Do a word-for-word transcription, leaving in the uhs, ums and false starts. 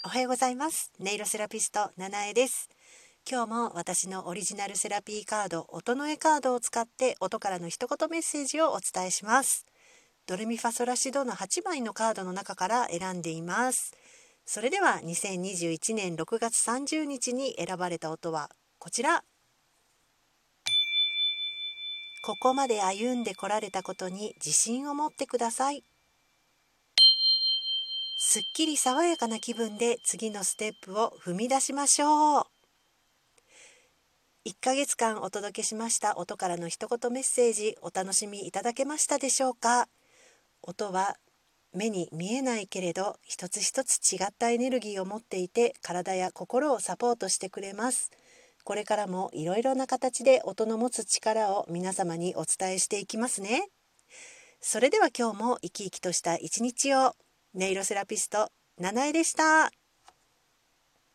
おはようございます。音色セラピストななえです。今日も私のオリジナルセラピーカード音の絵カードを使って音からの一言メッセージをお伝えします。ドレミファソラシドのはちまいのカードの中から選んでいます。それではにせんにじゅういちねんろくがつさんじゅうにちに選ばれた音はこちら。ここまで歩んでこられたことに自信を持ってください。すっきり爽やかな気分で次のステップを踏み出しましょう。いっかげつかんお届けしました音からの一言メッセージ、お楽しみいただけましたでしょうか。音は目に見えないけれど一つ一つ違ったエネルギーを持っていて、体や心をサポートしてくれます。これからもいろいろな形で音の持つ力を皆様にお伝えしていきますね。それでは今日も生き生きとした一日を。音色セラピストななえでした。